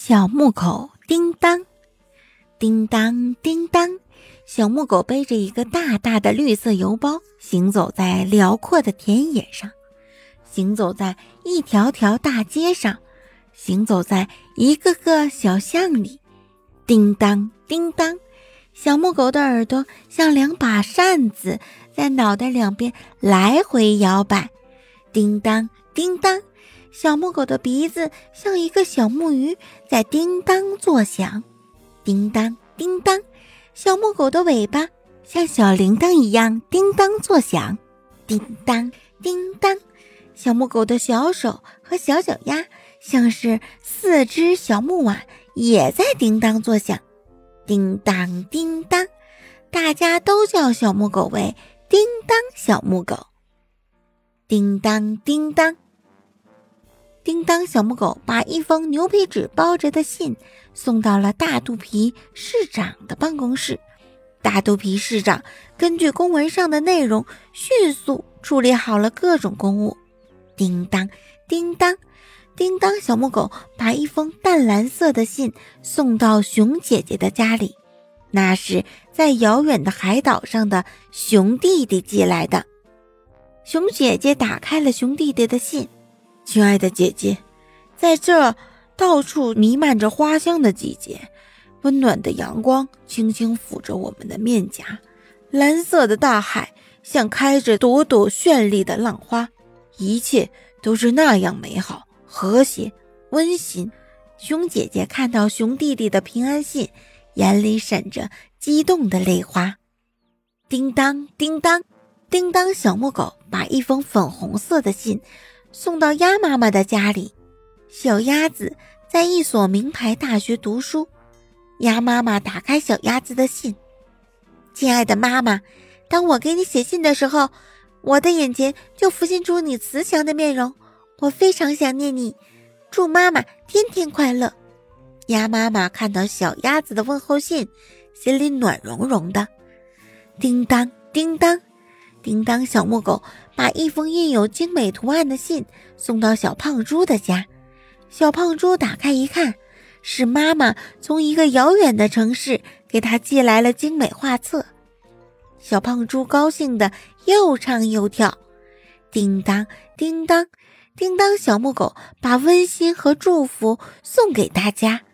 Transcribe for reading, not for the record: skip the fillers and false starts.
小木狗叮当，叮当叮当，小木狗背着一个大大的绿色邮包，行走在辽阔的田野上，行走在一条条大街上，行走在一个个小巷里。叮当叮当，小木狗的耳朵像两把扇子，在脑袋两边来回摇摆。叮当叮当，小木狗的鼻子像一个小木鱼，在叮当作响。叮当叮当，小木狗的尾巴像小铃铛一样叮当作响。叮当叮当，小木狗的小手和小脚丫像是4只小木碗，也在叮当作响。叮当叮当，大家都叫小木狗为叮当小木狗。叮当叮当，叮当小木狗把一封牛皮纸包着的信送到了大肚皮市长的办公室。大肚皮市长根据公文上的内容迅速处理好了各种公务。叮当叮当，叮当小木狗把一封淡蓝色的信送到熊姐姐的家里，那是在遥远的海岛上的熊弟弟寄来的。熊姐姐打开了熊弟弟的信。亲爱的姐姐，在这到处弥漫着花香的季节，温暖的阳光轻轻抚着我们的面颊，蓝色的大海像开着朵朵绚丽的浪花，一切都是那样美好、和谐、温馨。熊姐姐看到熊弟弟的平安信，眼里闪着激动的泪花。叮当叮当，叮当小木狗把一封粉红色的信送到鸭妈妈的家里。小鸭子在一所名牌大学读书。鸭妈妈打开小鸭子的信。亲爱的妈妈，当我给你写信的时候，我的眼前就浮现出你慈祥的面容，我非常想念你，祝妈妈天天快乐。鸭妈妈看到小鸭子的问候信，心里暖融融的。叮当叮当，叮当小木狗把一封印有精美图案的信送到小胖猪的家。小胖猪打开一看，是妈妈从一个遥远的城市给他寄来了精美画册。小胖猪高兴地又唱又跳。叮当叮当，叮当小木狗把温馨和祝福送给大家。